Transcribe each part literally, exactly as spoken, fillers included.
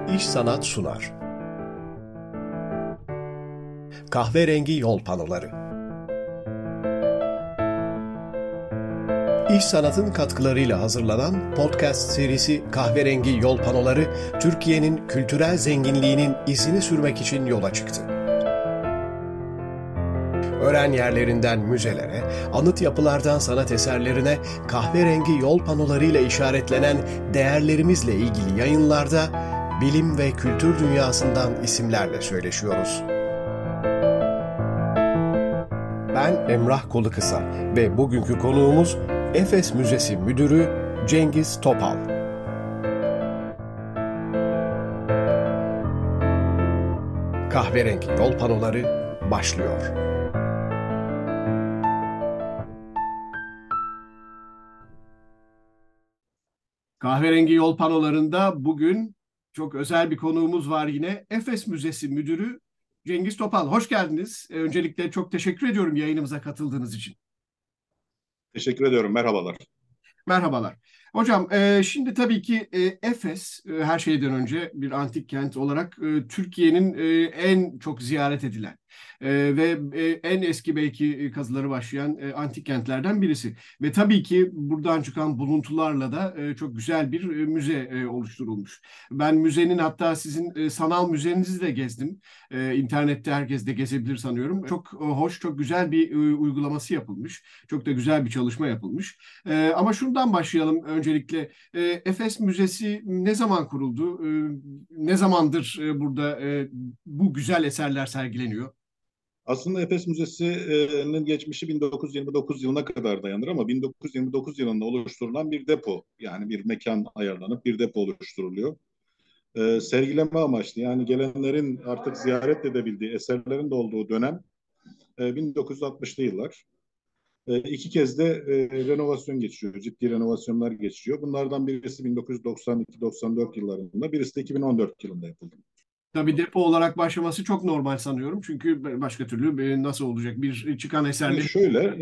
İş Sanat sunar. Kahverengi Yol Panoları. İş Sanat'ın katkılarıyla hazırlanan podcast serisi Kahverengi Yol Panoları, Türkiye'nin kültürel zenginliğinin izini sürmek için yola çıktı. Öğren yerlerinden müzelere, anıt yapılardan sanat eserlerine, kahverengi yol panolarıyla işaretlenen değerlerimizle ilgili yayınlarda bilim ve kültür dünyasından isimlerle söyleşiyoruz. Ben Emrah Kolukısa ve bugünkü konuğumuz Efes Müzesi Müdürü Cengiz Topal. Kahverengi Yol Panoları başlıyor. Kahverengi Yol Panolarında bugün çok özel bir konuğumuz var yine. Efes Müzesi Müdürü Cengiz Topal. Hoş geldiniz. Öncelikle çok teşekkür ediyorum yayınımıza katıldığınız için. Teşekkür ediyorum. Merhabalar. Merhabalar. Hocam, e, şimdi tabii ki e, Efes e, her şeyden önce bir antik kent olarak e, Türkiye'nin e, en çok ziyaret edilen e, ve e, en eski belki kazıları başlayan e, antik kentlerden birisi. Ve tabii ki buradan çıkan buluntularla da e, çok güzel bir e, müze e, oluşturulmuş. Ben müzenin, hatta sizin e, sanal müzenizi de gezdim. E, internette herkes de gezebilir sanıyorum. Çok e, hoş, çok güzel bir e, uygulaması yapılmış. Çok da güzel bir çalışma yapılmış. Ee, ama şundan başlayalım öncelikle. Ee, Efes Müzesi ne zaman kuruldu? Ee, ne zamandır e, burada e, bu güzel eserler sergileniyor? Aslında Efes Müzesi'nin geçmişi bin dokuz yüz yirmi dokuz yılına kadar dayanır ama bin dokuz yüz yirmi dokuz yılında oluşturulan bir depo, yani bir mekan ayarlanıp bir depo oluşturuluyor. Ee, sergileme amaçlı, yani gelenlerin artık ziyaret edebildiği eserlerin de olduğu dönem e, bin dokuz yüz altmışlı yıllar. E, iki kez de e, renovasyon geçiyor, ciddi renovasyonlar geçiyor. Bunlardan birisi bin dokuz yüz doksan iki doksan dört yıllarında, birisi de iki bin on dört yılında yapıldı. Tabii depo olarak başlaması çok normal sanıyorum. Çünkü başka türlü e, nasıl olacak? Bir çıkan Yani eserleri. şöyle,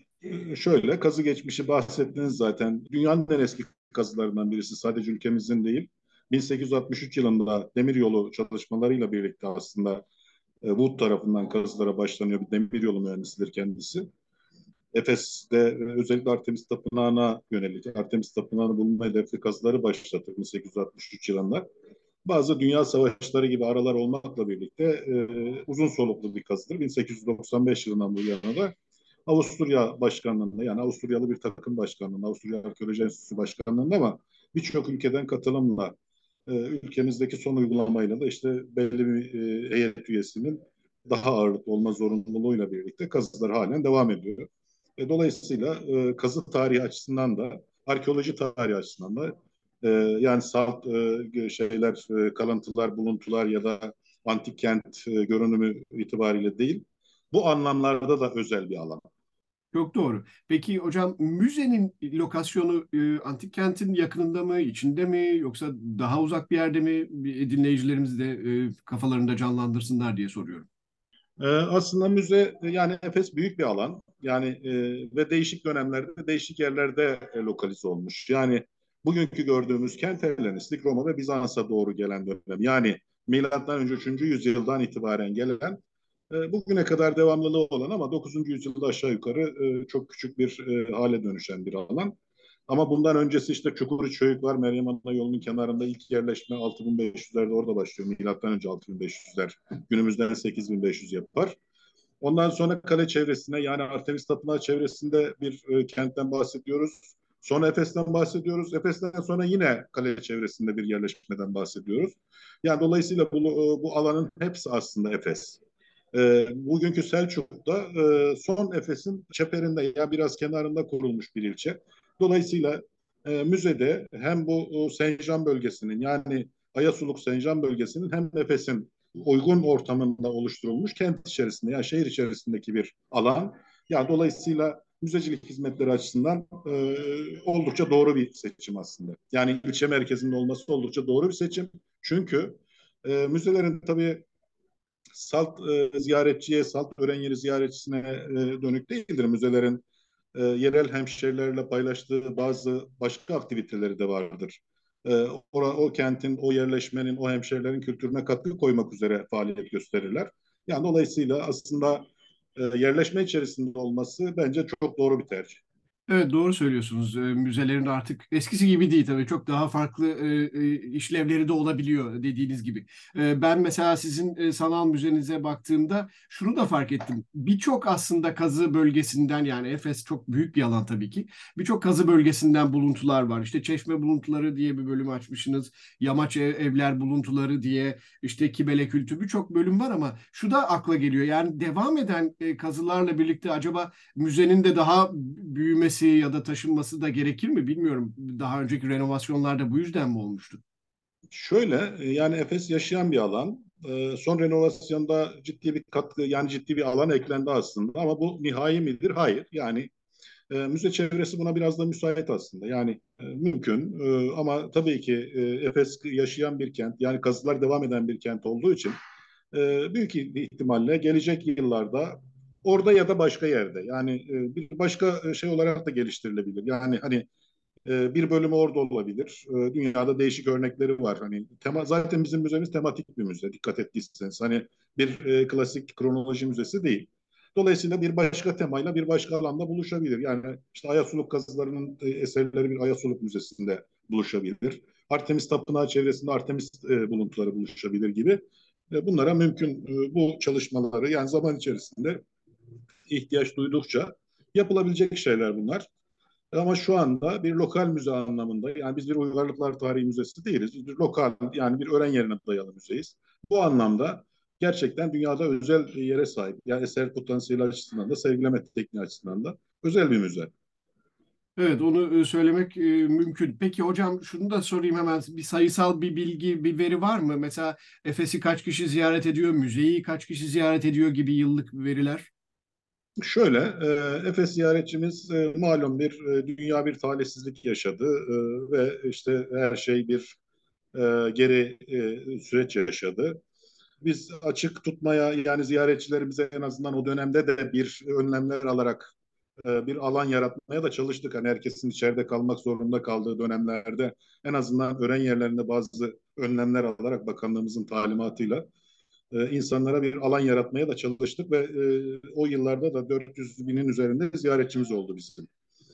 e, şöyle kazı geçmişi bahsettiniz zaten. Dünyanın en eski kazılarından birisi, sadece ülkemizin değil. bin sekiz yüz altmış üç yılında demiryolu çalışmalarıyla birlikte aslında e, Wood tarafından kazılara başlanıyor. Bir demiryolu mühendisidir kendisi. Efes'te e, özellikle Artemis Tapınağı'na yönelik, Artemis Tapınağı'nı bulma hedefli kazıları başlatır bin sekiz yüz altmış üç yılında. Bazı dünya savaşları gibi aralar olmakla birlikte e, uzun soluklu bir kazıdır. bin sekiz yüz doksan beş yılından bu yana da Avusturya başkanlığında, yani Avusturyalı bir takım başkanlığında, Avusturya Arkeoloji Enstitüsü başkanlığında, ama birçok ülkeden katılımla e, ülkemizdeki son uygulamayla da işte belli bir e, heyet üyesinin daha ağırlıklı olma zorunluluğuyla birlikte kazılar halen devam ediyor. E, dolayısıyla e, kazı tarihi açısından da, arkeoloji tarihi açısından da, e, yani salt e, şeyler, e, kalıntılar, buluntular ya da antik kent e, görünümü itibariyle değil, bu anlamlarda da özel bir alan. Çok doğru. Peki hocam, müzenin lokasyonu e, antik kentin yakınında mı, içinde mi, yoksa daha uzak bir yerde mi? Bir dinleyicilerimiz de e, kafalarında canlandırsınlar diye soruyorum. Ee, aslında müze, yani Efes büyük bir alan. Yani e, ve değişik dönemlerde değişik yerlerde e, lokalize olmuş. Yani bugünkü gördüğümüz kent Helenistik Roma ve Bizans'a doğru gelen dönem. Yani milattan önce üçüncü yüzyıldan itibaren gelen, e, bugüne kadar devamlılığı olan ama dokuzuncu yüzyılda aşağı yukarı e, çok küçük bir e, hale dönüşen bir alan. Ama bundan öncesi işte Çukuri Çöyük var. Meryem Ana yolunun kenarında ilk yerleşme altı bin beş yüzlerde orada başlıyor. Milattan önce altı bin beş yüzler. Günümüzden sekiz bin beş yüz yapar. Ondan sonra kale çevresine, yani Artemis Tapınağı çevresinde bir e, kentten bahsediyoruz. Sonra Efes'ten bahsediyoruz. Efes'ten sonra yine kale çevresinde bir yerleşmeden bahsediyoruz. Yani dolayısıyla bu, e, bu alanın hepsi aslında Efes. E, bugünkü Selçuk'ta e, son Efes'in çeperinde, ya yani biraz kenarında kurulmuş bir ilçe. Dolayısıyla e, müzede hem bu o, Sencan bölgesinin, yani Ayasuluk Sencan bölgesinin, hem Efes'in uygun ortamında oluşturulmuş kent içerisinde, yani şehir içerisindeki bir alan. Yani dolayısıyla müzecilik hizmetleri açısından e, oldukça doğru bir seçim aslında. Yani ilçe merkezinde olması oldukça doğru bir seçim. Çünkü e, müzelerin tabii salt e, ziyaretçiye, salt öğren yeri ziyaretçisine e, dönük değildir. Müzelerin e, yerel hemşehrilerle paylaştığı bazı başka aktiviteleri de vardır. e, o, o kentin, o yerleşmenin, o hemşehrilerin kültürüne katkı koymak üzere faaliyet gösterirler. Yani dolayısıyla aslında e, yerleşme içerisinde olması bence çok doğru bir tercih. Evet, doğru söylüyorsunuz. Ee, müzelerin artık eskisi gibi değil tabii. Çok daha farklı e, e, işlevleri de olabiliyor dediğiniz gibi. Ee, ben mesela sizin e, sanal müzenize baktığımda şunu da fark ettim. Birçok aslında kazı bölgesinden, yani Efes çok büyük bir alan tabii ki. Birçok kazı bölgesinden buluntular var. İşte Çeşme buluntuları diye bir bölüm açmışsınız. Yamaç ev- evler buluntuları diye, işte Kibele kültü, birçok bölüm var ama şu da akla geliyor. Yani devam eden e, kazılarla birlikte acaba müzenin de daha büyümesi ya da taşınması da gerekir mi bilmiyorum. Daha önceki renovasyonlarda bu yüzden mi olmuştu? Şöyle e, yani Efes yaşayan bir alan. E, son renovasyonda ciddi bir katkı yani ciddi bir alan eklendi aslında ama bu nihai midir? Hayır. Yani e, müze çevresi buna biraz da müsait aslında. Yani e, mümkün e, ama tabii ki e, Efes yaşayan bir kent yani kazılar devam eden bir kent olduğu için e, büyük ihtimalle gelecek yıllarda orada ya da başka yerde yani e, bir başka şey olarak da geliştirilebilir. Yani hani e, bir bölümü orada olabilir. E, dünyada değişik örnekleri var. Hani tema, zaten bizim müzemiz tematik bir müze. Dikkat ettiyseniz hani bir e, klasik kronoloji müzesi değil. Dolayısıyla bir başka temayla bir başka alanda buluşabilir. Yani işte Ayasuluk kazılarının e, eserleri bir Ayasuluk Müzesi'nde buluşabilir. Artemis Tapınağı çevresinde Artemis e, buluntuları buluşabilir gibi. E, bunlara mümkün e, bu çalışmaları yani zaman içerisinde ihtiyaç duydukça yapılabilecek şeyler bunlar. Ama şu anda bir lokal müze anlamında yani biz bir uygarlıklar tarihi müzesi değiliz. Biz bir lokal yani bir öğren yerine dayalı müzeyiz. Bu anlamda gerçekten dünyada özel yere sahip. Yani eser potansiyeli açısından da sergileme tekniği açısından da özel bir müze. Evet, onu e, söylemek e, mümkün. Peki hocam, şunu da sorayım hemen. Bir sayısal bir bilgi, bir veri var mı? Mesela Efes'i kaç kişi ziyaret ediyor, müzeyi kaç kişi ziyaret ediyor gibi yıllık veriler? Şöyle, e, Efes ziyaretçimiz e, malum bir e, dünya bir talihsizlik yaşadı e, ve işte her şey bir e, geri e, süreç yaşadı. Biz açık tutmaya yani ziyaretçilerimize en azından o dönemde de bir önlemler alarak e, bir alan yaratmaya da çalıştık. Hani herkesin içeride kalmak zorunda kaldığı dönemlerde en azından öğren yerlerinde bazı önlemler alarak bakanlığımızın talimatıyla e, insanlara bir alan yaratmaya da çalıştık ve e, o yıllarda da dört yüz binin üzerinde ziyaretçimiz oldu bizim.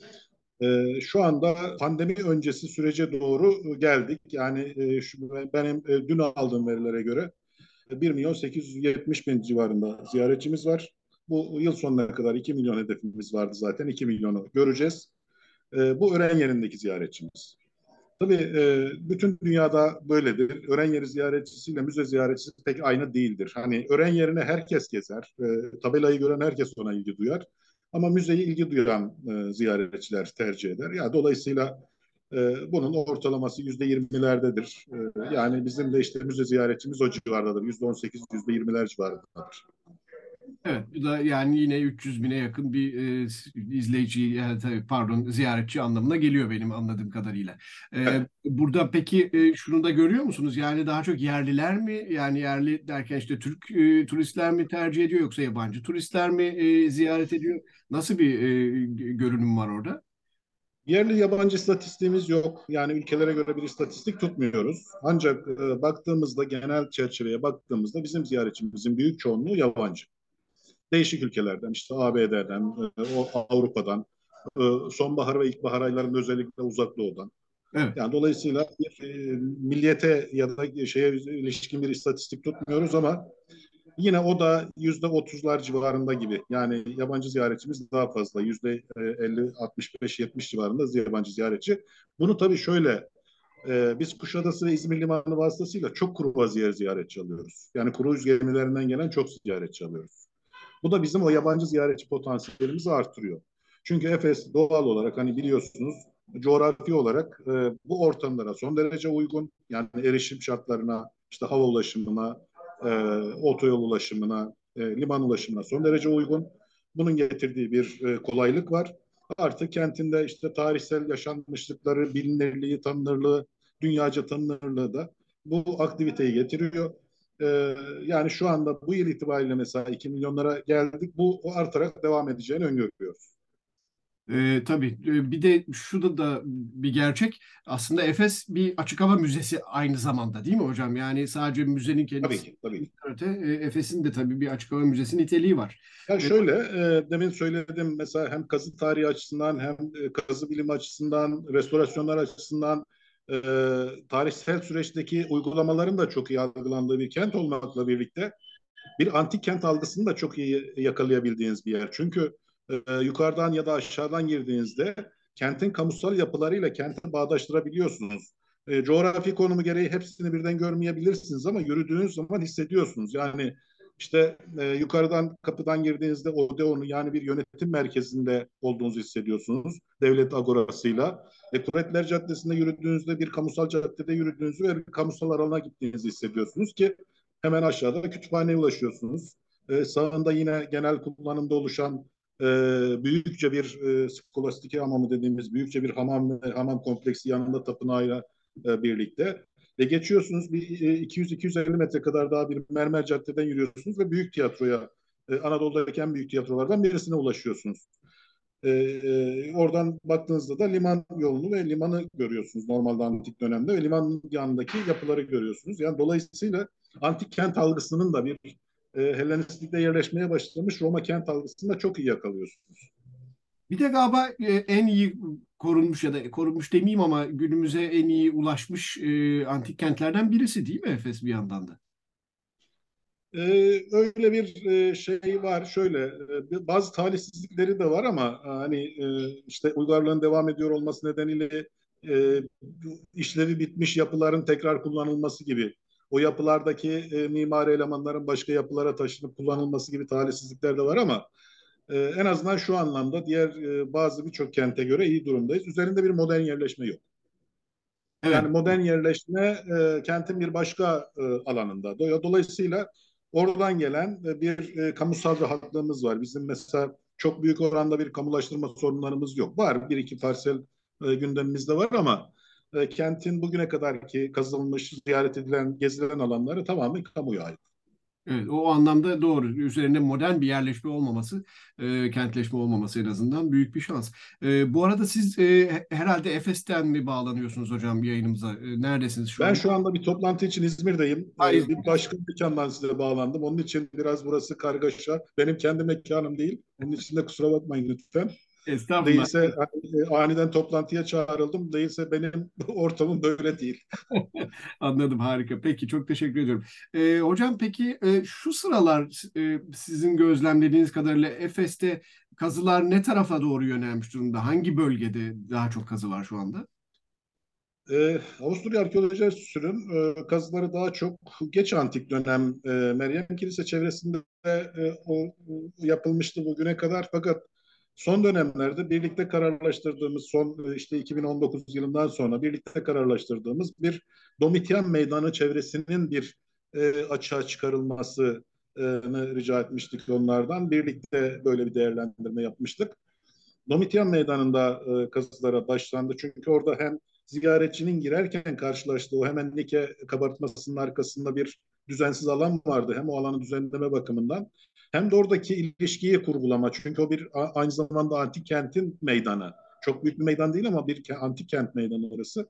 E, şu anda pandemi öncesi sürece doğru geldik. Yani e, şu, benim e, dün aldığım verilere göre bir milyon sekiz yüz yetmiş bin civarında ziyaretçimiz var. Bu yıl sonuna kadar iki milyon hedefimiz vardı zaten. iki milyonu göreceğiz. E, bu öğren yerindeki ziyaretçimiz. Tabii e, bütün dünyada böyledir. Öğren yeri ziyaretçisiyle müze ziyaretçisi pek aynı değildir. Hani öğren yerine herkes gezer. E, tabelayı gören herkes ona ilgi duyar. Ama müzeyi ilgi duyan e, ziyaretçiler tercih eder. Ya dolayısıyla e, bunun ortalaması yüzde yirmilerdedir. E, yani bizim de işte müze ziyaretçimiz o civardadır. Yüzde on sekiz, yüzde yirmiler civarındadır. Evet, bu da yani yine üç yüz bine yakın bir e, izleyici, yani tabii, pardon, ziyaretçi anlamına geliyor benim anladığım kadarıyla. E, Evet. burada peki e, şunu da görüyor musunuz? Yani daha çok yerliler mi? Yani yerli derken işte Türk e, turistler mi tercih ediyor, yoksa yabancı turistler mi e, ziyaret ediyor? Nasıl bir e, görünüm var orada? Yerli yabancı istatistiğimiz yok. Yani ülkelere göre bir istatistik tutmuyoruz. Ancak e, baktığımızda genel çerçeveye baktığımızda bizim ziyaretçimizin büyük çoğunluğu yabancı. Değişik ülkelerden işte A B D'den, e, o Avrupa'dan, e, sonbahar ve ilkbahar aylarında özellikle uzak doğudan. Evet. Yani dolayısıyla bir e, milliyete ya da şeye ilişkin bir istatistik tutmuyoruz ama yine o da yüzde otuzlar civarında gibi. Yani yabancı ziyaretçimiz daha fazla. Yüzde e, elli, altmış beş, yetmiş civarında yabancı ziyaretçi. Bunu tabii şöyle e, biz Kuşadası ve İzmir Limanı vasıtasıyla çok kruvaziyer ziyaretçi alıyoruz. Yani kruz gemilerinden gelen çok ziyaretçi alıyoruz. Bu da bizim o yabancı ziyaretçi potansiyelimizi artırıyor. Çünkü Efes doğal olarak hani biliyorsunuz coğrafi olarak e, bu ortamlara son derece uygun. Yani erişim şartlarına, işte hava ulaşımına, e, otoyol ulaşımına, e, liman ulaşımına son derece uygun. Bunun getirdiği bir e, kolaylık var. Artı kentinde işte tarihsel yaşanmışlıkları, bilinirliği, tanınırlığı, dünyaca tanınırlığı da bu aktiviteyi getiriyor. Ee, yani şu anda bu yıl itibariyle mesela iki milyonlara geldik. Bu o artarak devam edeceğini öngörüyoruz. Ee, tabii. Ee, bir de şu da, da bir gerçek. Aslında Efes bir açık hava müzesi aynı zamanda, değil mi hocam? Yani sadece müzenin Tabii kendisi ki, tabii ki. öte, e, Efes'in de tabii bir açık hava müzesi niteliği var. Ya Ee, şöyle, e, demin söyledim mesela hem kazı tarihi açısından hem e, kazı bilimi açısından, restorasyonlar açısından e, tarihsel süreçteki uygulamaların da çok iyi algılandığı bir kent olmakla birlikte bir antik kent algısını da çok iyi yakalayabildiğiniz bir yer. Çünkü e, yukarıdan ya da aşağıdan girdiğinizde kentin kamusal yapılarıyla kenti bağdaştırabiliyorsunuz. E, coğrafi konumu gereği hepsini birden görmeyebilirsiniz ama yürüdüğünüz zaman hissediyorsunuz. Yani işte e, yukarıdan kapıdan girdiğinizde Odeon'u yani bir yönetim merkezinde olduğunuzu hissediyorsunuz. Devlet agorasıyla. E, Kuvvetler Caddesi'nde yürüdüğünüzde bir kamusal caddede yürüdüğünüzü ve bir kamusal alana gittiğinizi hissediyorsunuz ki hemen aşağıda kütüphaneye ulaşıyorsunuz. E, sağında yine genel kullanımda oluşan e, büyükçe bir e, skolastik hamamı dediğimiz büyükçe bir hamam hamam kompleksi yanında tapınağıyla e, birlikte. Ve geçiyorsunuz bir e, iki yüz iki yüz elli metre kadar daha bir mermer caddeden yürüyorsunuz ve büyük tiyatroya e, Anadolu'daki en büyük tiyatrolardan birisine ulaşıyorsunuz. E, e, oradan baktığınızda da liman yolunu ve limanı görüyorsunuz normalde antik dönemde ve limanın yanındaki yapıları görüyorsunuz. Yani dolayısıyla antik kent algısının da bir e, Helenistik'te yerleşmeye başlamış Roma kent algısını da çok iyi yakalıyorsunuz. Bir de galiba e, en iyi korunmuş ya da korunmuş demeyeyim ama günümüze en iyi ulaşmış e, antik kentlerden birisi, değil mi Efes bir yandan da? Ee, öyle bir e, şey var. Şöyle e, bazı talihsizlikleri de var ama e, hani e, işte uygarlığın devam ediyor olması nedeniyle e, işlevi bitmiş yapıların tekrar kullanılması gibi o yapılardaki e, mimari elemanların başka yapılara taşınıp kullanılması gibi talihsizlikler de var ama e, en azından şu anlamda diğer e, bazı birçok kente göre iyi durumdayız. Üzerinde bir modern yerleşme yok. Evet. Yani modern yerleşme e, kentin bir başka e, alanında. Dolayısıyla oradan gelen e, bir e, kamusal rahatlığımız var. Bizim mesela çok büyük oranda bir kamulaştırma sorunlarımız yok. Var bir iki parsel e, gündemimizde var ama e, kentin bugüne kadar ki kazılmış, ziyaret edilen, gezilen alanları tamamen kamuya ait. Evet, o anlamda doğru. Üzerinde modern bir yerleşme olmaması, e, kentleşme olmaması en azından büyük bir şans. E, bu arada siz e, herhalde Efes'ten mi bağlanıyorsunuz hocam yayınımıza? E, neredesiniz şu Ben anda? şu anda bir toplantı için İzmir'deyim. Ha, Ee, bir İzmir'desiniz. başka mekandan size bağlandım. Onun için biraz burası kargaşa. Benim kendi mekanım değil. Onun için de kusura bakmayın lütfen. Estağfurullah. Değilse hani, e, aniden toplantıya çağrıldım. Değilse benim ortamım böyle değil. Anladım, harika. Peki, çok teşekkür ediyorum. Ee, hocam peki e, şu sıralar e, sizin gözlemlediğiniz kadarıyla Efes'te kazılar ne tarafa doğru yönelmiş durumda? Hangi bölgede daha çok kazı var şu anda? Ee, Avusturya Arkeoloji Enstitüsü'nün e, kazıları daha çok geç antik dönem e, Meryem Kilise çevresinde e, o, o yapılmıştı bugüne kadar. Fakat son dönemlerde birlikte kararlaştırdığımız son e, işte iki bin on dokuz yılından sonra birlikte kararlaştırdığımız bir Domitian Meydanı çevresinin bir e, açığa çıkarılmasını rica etmiştik onlardan. Birlikte böyle bir değerlendirme yapmıştık. Domitian Meydanı'nda e, kazılara başlandı. Çünkü orada hem ziyaretçinin girerken karşılaştığı o hemen Nike kabartmasının arkasında bir düzensiz alan vardı. Hem o alanı düzenleme bakımından hem de oradaki ilişkiyi kurgulama. Çünkü o bir aynı zamanda antik kentin meydanı. Çok büyük bir meydan değil ama bir antik kent meydanı orası.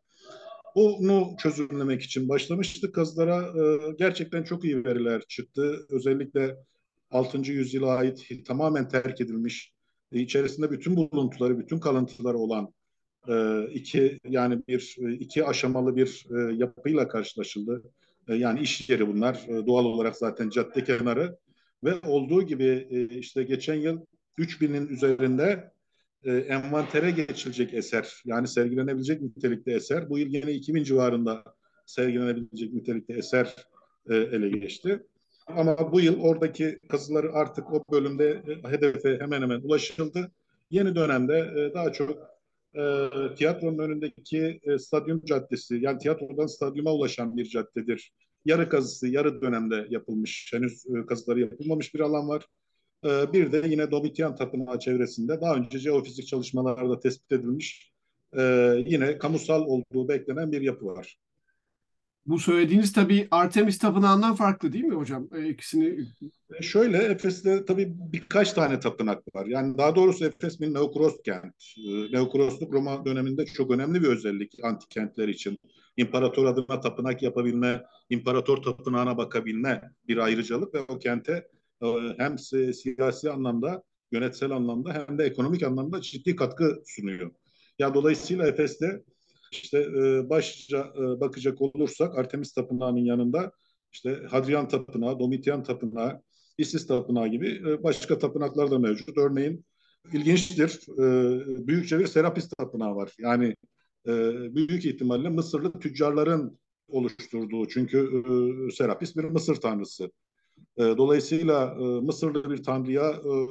Onu çözümlemek için başlamıştık. Kazılara e, gerçekten çok iyi veriler çıktı. Özellikle altıncı yüzyıla ait tamamen terk edilmiş, e, içerisinde bütün buluntuları, bütün kalıntıları olan e, iki yani bir e, iki aşamalı bir e, yapıyla karşılaşıldı. E, yani iş yeri bunlar. E, doğal olarak zaten cadde kenarı ve olduğu gibi e, işte geçen yıl üç binin üzerinde e, envantere geçilecek eser yani sergilenebilecek nitelikte eser. Bu yıl yine iki bin civarında sergilenebilecek nitelikte eser e, ele geçti. Ama bu yıl oradaki kazıları artık o bölümde e, hedefe hemen hemen ulaşıldı. Yeni dönemde e, daha çok e, tiyatronun önündeki e, stadyum caddesi yani tiyatrodan stadyuma ulaşan bir caddedir. Yarı kazısı yarı dönemde yapılmış henüz e, kazıları yapılmamış bir alan var. E, bir de yine Domitian Tapınağı çevresinde daha önce jeofizik çalışmalarda tespit edilmiş e, yine kamusal olduğu beklenen bir yapı var. Bu söylediğiniz tabii Artemis Tapınağı'ndan farklı değil mi hocam? E, ikisini... E şöyle, Efes'te tabii birkaç tane tapınak var. Yani daha doğrusu Efes bir neokros kent. E, Neokrosluk Roma döneminde çok önemli bir özellik antik kentler için. İmparator adına tapınak yapabilme, imparator tapınağına bakabilme bir ayrıcalık ve o kente e, hem si siyasi anlamda, yönetsel anlamda hem de ekonomik anlamda ciddi katkı sunuyor. Ya dolayısıyla Efes'te işte e, başlıca e, bakacak olursak Artemis Tapınağı'nın yanında işte Hadrian Tapınağı, Domitian Tapınağı, Isis Tapınağı gibi e, başka tapınaklar da mevcut. Örneğin ilginçtir, e, büyükçe bir Serapis Tapınağı var. Yani e, büyük ihtimalle Mısırlı tüccarların oluşturduğu. Çünkü e, Serapis bir Mısır tanrısı. E, dolayısıyla e, Mısırlı bir tanrıya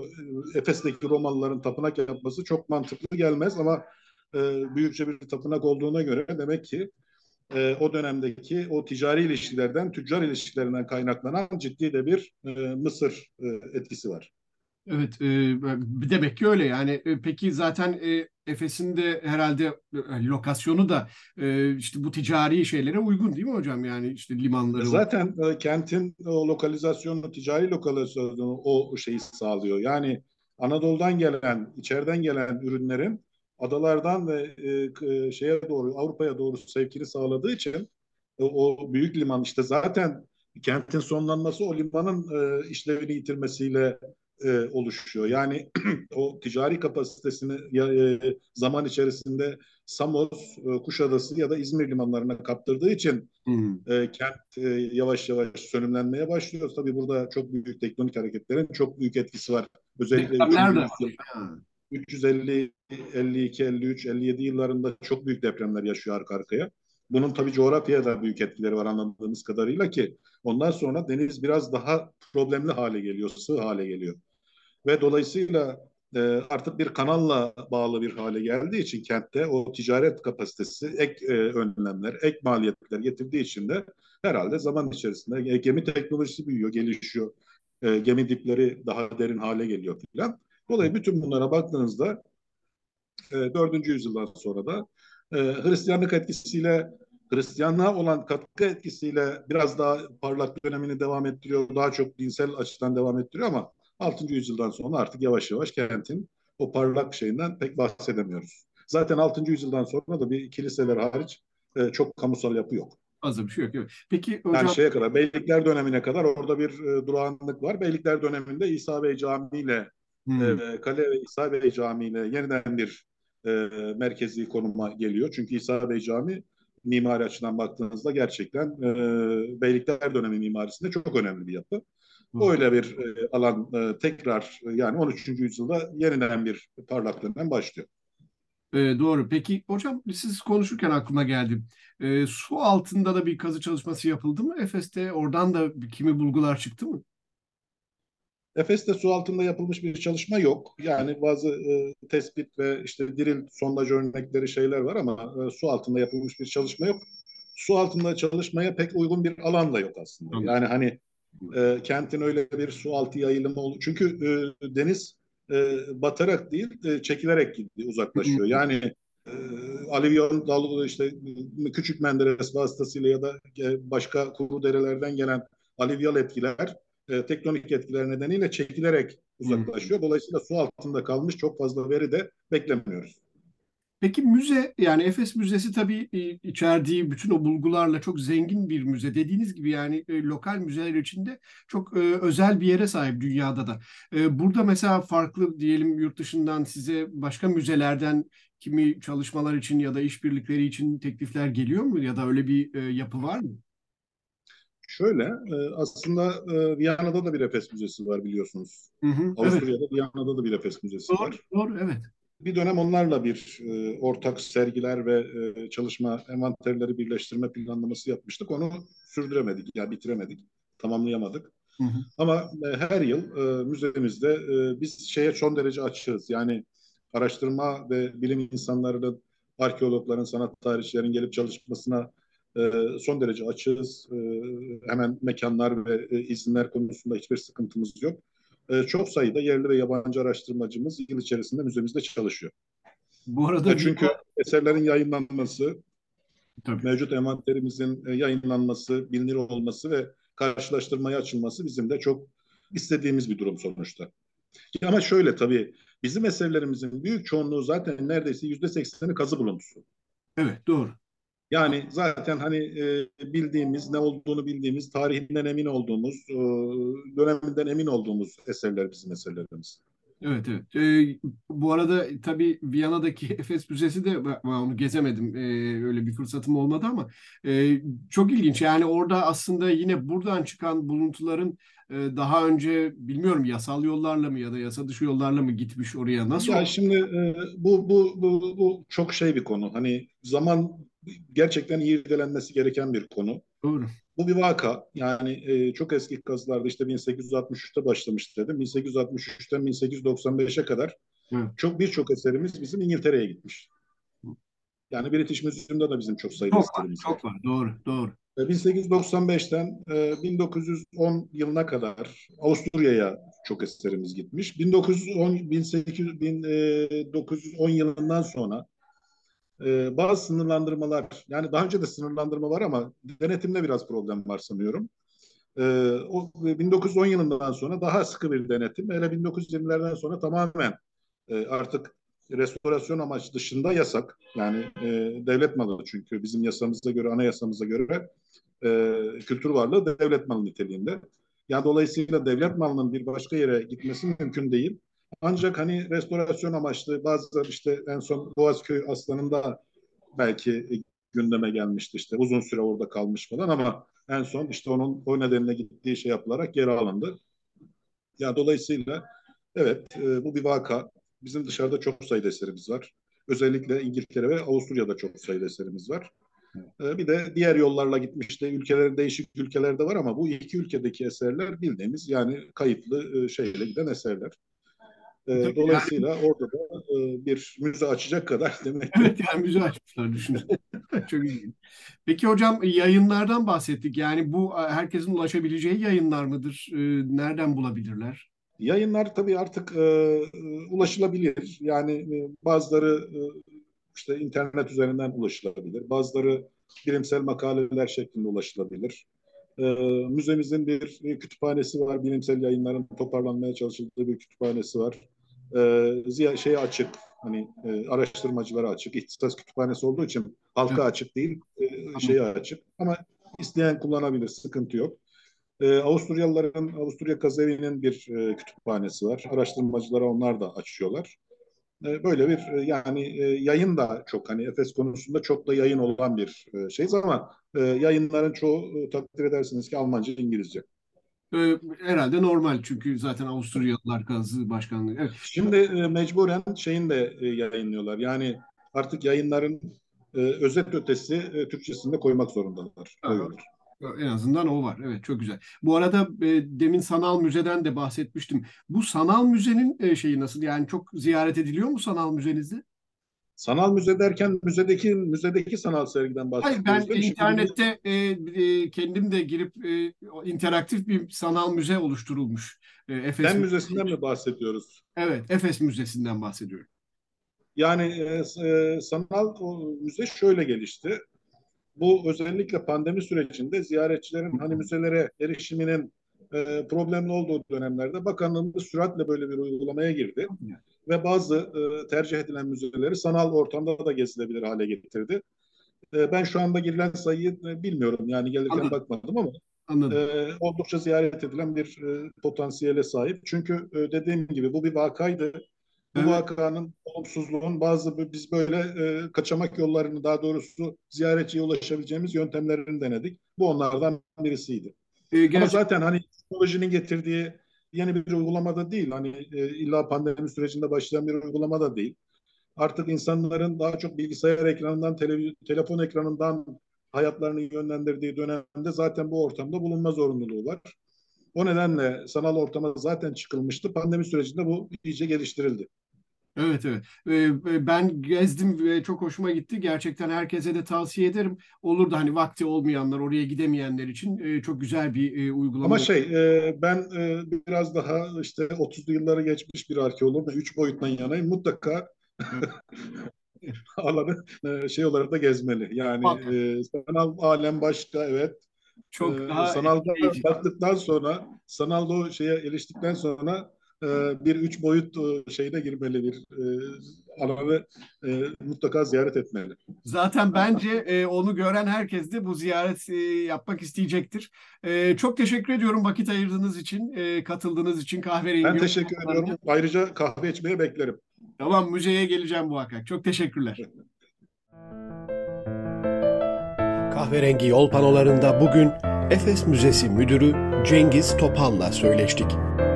e, Efes'teki Romalıların tapınak yapması çok mantıklı gelmez ama e, büyükçe bir tapınak olduğuna göre demek ki e, o dönemdeki o ticari ilişkilerden, tüccar ilişkilerinden kaynaklanan ciddi de bir e, Mısır e, etkisi var. Evet, e, demek ki öyle yani. E, peki zaten e, Efes'in de herhalde e, lokasyonu da e, işte bu ticari şeylere uygun değil mi hocam? Yani işte limanları. Zaten e, kentin o lokalizasyonu, ticari lokalizasyonu o şeyi sağlıyor. Yani Anadolu'dan gelen, içeriden gelen ürünlerin adalardan ve e, şeye doğru, Avrupa'ya doğru sevkini sağladığı için e, o büyük liman işte zaten kentin sonlanması o limanın e, işlevini yitirmesiyle e, oluşuyor. Yani o ticari kapasitesini ya, e, zaman içerisinde Samos, e, Kuşadası ya da İzmir limanlarına kaptırdığı için Hmm. e, kent e, yavaş yavaş sönümlenmeye başlıyor. Tabii burada çok büyük tektonik hareketlerin çok büyük etkisi var. Özellikle Depremler üçüncü de yüzyıl var. Ha. üç yüz elli, elli iki, elli üç, elli yedi yıllarında çok büyük depremler yaşıyor arka arkaya. Bunun tabii coğrafyaya da büyük etkileri var anladığımız kadarıyla ki ondan sonra deniz biraz daha problemli hale geliyor, sığ hale geliyor. Ve dolayısıyla e, artık bir kanalla bağlı bir hale geldiği için kentte o ticaret kapasitesi, ek e, önlemler, ek maliyetler getirdiği için de herhalde zaman içerisinde e, gemi teknolojisi büyüyor, gelişiyor. E, gemi dipleri daha derin hale geliyor filan. Dolayısıyla bütün bunlara baktığınızda e, dördüncü yüzyıldan sonra da e, Hristiyanlık etkisiyle Hristiyanlığa olan katkı etkisiyle biraz daha parlak dönemini devam ettiriyor. Daha çok dinsel açıdan devam ettiriyor ama altıncı yüzyıldan sonra artık yavaş yavaş kentin o parlak şeyinden pek bahsedemiyoruz. Zaten altıncı yüzyıldan sonra da bir kiliseler hariç e, çok kamusal yapı yok. Fazla bir şey yok. Evet. Peki Yani hocam. şeye kadar, Beylikler dönemine kadar orada bir e, durağanlık var. Beylikler döneminde İsa Bey Camii ile e, Hmm. Kale ve İsa Bey Camii ile yeniden bir e, merkezi konuma geliyor. Çünkü İsa Bey Camii mimari açıdan baktığınızda gerçekten e, Beylikler dönemi mimarisinde çok önemli bir yapı. Doğru. Öyle bir e, alan e, tekrar yani on üçüncü yüzyılda yeniden bir parlak dönem başlıyor. Ee, doğru. Peki hocam siz konuşurken aklıma geldi. Ee, su altında da bir kazı çalışması yapıldı mı Efes'te? Oradan da bir- kimi bulgular çıktı mı? Efes'te su altında yapılmış bir çalışma yok. Yani bazı e, tespit ve işte diril sondaj örnekleri şeyler var ama e, su altında yapılmış bir çalışma yok. Su altında çalışmaya pek uygun bir alan da yok aslında. Anladım. Yani hani e, kentin öyle bir su altı yayılımı olur. Çünkü e, deniz e, batarak değil e, çekilerek gidiyor, uzaklaşıyor. Yani e, alüvyon dalga işte küçük Menderes vasıtasıyla ya da e, başka kuru derelerden gelen alüvyal etkiler e, tektonik etkiler nedeniyle çekilerek Hmm. uzaklaşıyor. Dolayısıyla su altında kalmış çok fazla veri de beklemiyoruz. Peki müze yani Efes Müzesi tabii e, içerdiği bütün o bulgularla çok zengin bir müze. Dediğiniz gibi yani e, lokal müzeler içinde çok e, özel bir yere sahip dünyada da. E, burada mesela farklı diyelim yurt dışından size başka müzelerden kimi çalışmalar için ya da işbirlikleri için teklifler geliyor mu ya da öyle bir e, yapı var mı? Şöyle e, aslında e, Viyana'da da bir Efes Müzesi var biliyorsunuz. Hı hı, evet. Avusturya'da Viyana'da da bir Efes Müzesi Doğru, var. doğru, evet. Bir dönem onlarla bir e, ortak sergiler ve e, çalışma envanterleri birleştirme planlaması yapmıştık. Onu sürdüremedik, ya bitiremedik, tamamlayamadık. Hı hı. Ama e, her yıl e, müzemizde e, biz şeye son derece açığız. Yani araştırma ve bilim insanlarının, arkeologların, sanat tarihçilerin gelip çalışmasına e, son derece açığız. E, hemen mekanlar ve e, izinler konusunda hiçbir sıkıntımız yok. E, çok sayıda yerli ve yabancı araştırmacımız yıl içerisinde müzemizde çalışıyor. Bu arada E, çünkü Viyana, eserlerin yayınlanması Tabii. Mevcut envanterimizin e, yayınlanması, bilinir olması ve karşılaştırmaya açılması bizim de çok istediğimiz bir durum sonuçta. Ama şöyle tabii bizim eserlerimizin büyük çoğunluğu zaten neredeyse yüzde sekseni kazı buluntusu. Evet, doğru. Yani zaten hani e, bildiğimiz, ne olduğunu bildiğimiz, tarihinden emin olduğumuz, e, döneminden emin olduğumuz eserler bizim eserlerimiz. Evet, evet. Ee, bu arada tabii Viyana'daki Efes Müzesi de ben onu gezemedim. Ee, öyle bir fırsatım olmadı ama e, çok ilginç. Yani orada aslında yine buradan çıkan buluntuların e, daha önce bilmiyorum yasal yollarla mı ya da yasa dışı yollarla mı gitmiş oraya? Nasıl Ya oldu? şimdi e, bu, bu, bu, bu çok şey bir konu. Hani zaman gerçekten iyi irdelenmesi gereken bir konu. Doğru. Bu bir vaka. Yani e, çok eski kazılarda işte bin sekiz yüz altmış üçte başlamış dedim. bin sekiz yüz altmış üçten bin sekiz yüz doksan beşe kadar Evet. çok birçok eserimiz bizim İngiltere'ye gitmiş. Yani British Museum'da da bizim çok sayıda Çok var, eserimiz var. çok var. Doğru, doğru. E, bin sekiz yüz doksan beşten e, bin dokuz yüz on yılına kadar Avusturya'ya çok eserimiz gitmiş. bin dokuz yüz on, bin sekiz yüz, bin dokuz yüz on yılından sonra e, bazı sınırlandırmalar, yani daha önce de sınırlandırma var ama denetimde biraz problem var sanıyorum. E, o bin dokuz yüz on yılından sonra daha sıkı bir denetim. Hele bin dokuz yüz yirmilerden sonra tamamen e, artık restorasyon amaçlı dışında yasak. Yani e, devlet malı çünkü bizim yasamıza göre, anayasamıza göre e, kültür varlığı devlet malı niteliğinde. Yani dolayısıyla devlet malının bir başka yere gitmesi mümkün değil. Ancak hani restorasyon amaçlı bazı işte en son Boğazköy Aslanı'nda belki gündeme gelmişti işte uzun süre orada kalmış falan ama en son işte onun o nedenle gittiği şey yapılarak geri alındı. Ya dolayısıyla evet e, bu bir vaka. Bizim dışarıda çok sayıda eserimiz var. Özellikle İngiltere ve Avusturya'da çok sayıda eserimiz var. E, bir de diğer yollarla gitmiş de ülkelerin değişik ülkelerde var ama bu iki ülkedeki eserler bildiğimiz yani kayıtlı e, şeyle giden eserler. E, Tabii yani, dolayısıyla orada da e, bir müze açacak kadar demek ki evet yani müze açmışlar düşünün. Çok ilginç. Peki hocam yayınlardan bahsettik. Yani bu e, herkesin ulaşabileceği yayınlar mıdır? E, Nereden bulabilirler? yayınlar tabii artık e, ulaşılabilir. Yani e, bazıları e, işte internet üzerinden ulaşılabilir. Bazıları bilimsel makaleler şeklinde ulaşılabilir. E, müzemizin bir, bir kütüphanesi var. Bilimsel yayınların toparlanmaya çalışıldığı bir kütüphanesi var. E, ziya, şeye açık. Hani e, araştırmacılara açık. İhtisas kütüphanesi olduğu için Evet, halka açık değil, e, şeye anladım. açık. Ama isteyen kullanabilir, sıkıntı yok. Ee, Avusturyalıların, Avusturya Kazevi'nin bir e, kütüphanesi var. Araştırmacılara onlar da açıyorlar. E, böyle bir e, yani e, yayın da çok hani Efes konusunda çok da yayın olan bir e, şeyiz ama e, yayınların çoğu e, takdir edersiniz ki Almanca, İngilizce. E, Herhalde normal çünkü zaten Avusturyalılar Kazı Başkanlığı. Evet. Şimdi e, mecburen şeyin de e, yayınlıyorlar. Yani artık yayınların e, özet ötesi e, Türkçesinde koymak zorundalar. Koyuyorlar. En azından o var. Evet, çok güzel. Bu arada e, demin sanal müzeden de bahsetmiştim. Bu sanal müzenin e, şeyi nasıl? Yani çok ziyaret ediliyor mu sanal müzenizde? Sanal müze derken müzedeki müzedeki sanal sergiden Hayır, ben bahsediyoruz değil mi? Şimdi bir internette e, e, kendim de girip e, interaktif bir sanal müze oluşturulmuş. E, Efes Fen Müzesi Müzesi'nden için. mi bahsediyoruz? Evet, Efes Müzesi'nden bahsediyorum. Yani e, e, sanal o müze şöyle gelişti. Bu özellikle pandemi sürecinde ziyaretçilerin hani müzelere erişiminin e, problemli olduğu dönemlerde bakanlığımız süratle böyle bir uygulamaya girdi ve bazı e, tercih edilen müzeleri sanal ortamda da gezilebilir hale getirdi. E, ben şu anda girilen sayıyı e, bilmiyorum yani gelirken Anladım, bakmadım ama anladım. e, oldukça ziyaret edilen bir e, potansiyele sahip. Çünkü e, dediğim gibi bu bir vakaydı. Bu Evet, vakanın olumsuzluğun bazı biz böyle e, kaçamak yollarını daha doğrusu ziyaretçiye ulaşabileceğimiz yöntemlerini denedik. Bu onlardan birisiydi. e, Ama gerçekten. zaten hani teknolojinin getirdiği yeni bir uygulamada değil. Hani e, illa pandemi sürecinde başlayan bir uygulamada değil. Artık insanların daha çok bilgisayar ekranından, tele, telefon ekranından hayatlarını yönlendirdiği dönemde zaten bu ortamda bulunma zorunluluğu var. O nedenle sanal ortama zaten çıkılmıştı. Pandemi sürecinde bu iyice geliştirildi. Evet, evet. E, e, ben gezdim ve çok hoşuma gitti. Gerçekten herkese de tavsiye ederim. Olur da hani vakti olmayanlar, oraya gidemeyenler için e, çok güzel bir e, Ama uygulama. şey e, ben e, biraz daha işte otuzlu yılları geçmiş bir arkeolog ve üç boyuttan yanayım. Mutlaka alanı e, şey olarak da gezmeli. Yani Bak, e, sanal alem başka, evet. çok E, daha sanalda etkileyici. baktıktan sonra, sanalda o şeye eriştikten sonra e, bir üç boyut e, şeyine girmeli, bir e, alanı e, mutlaka ziyaret etmeli. Zaten bence e, onu gören herkes de bu ziyaret e, yapmak isteyecektir. E, çok teşekkür ediyorum vakit ayırdığınız için, e, katıldığınız için Ben kahverengi yol teşekkür ediyorum. panolarına. Ayrıca kahve içmeye beklerim. Tamam, müzeye geleceğim muhakkak. Çok teşekkürler. Kahverengi yol panolarında bugün Efes Müzesi Müdürü Cengiz Topal'la söyleştik.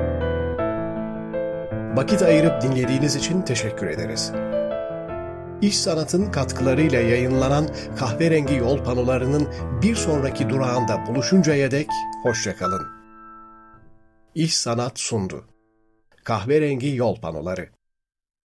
Vakit ayırıp dinlediğiniz için teşekkür ederiz. İş Sanat'ın katkılarıyla yayınlanan Kahverengi Yol Panolarının bir sonraki durağında buluşuncaya dek hoşça kalın. İş Sanat sundu. Kahverengi Yol Panoları.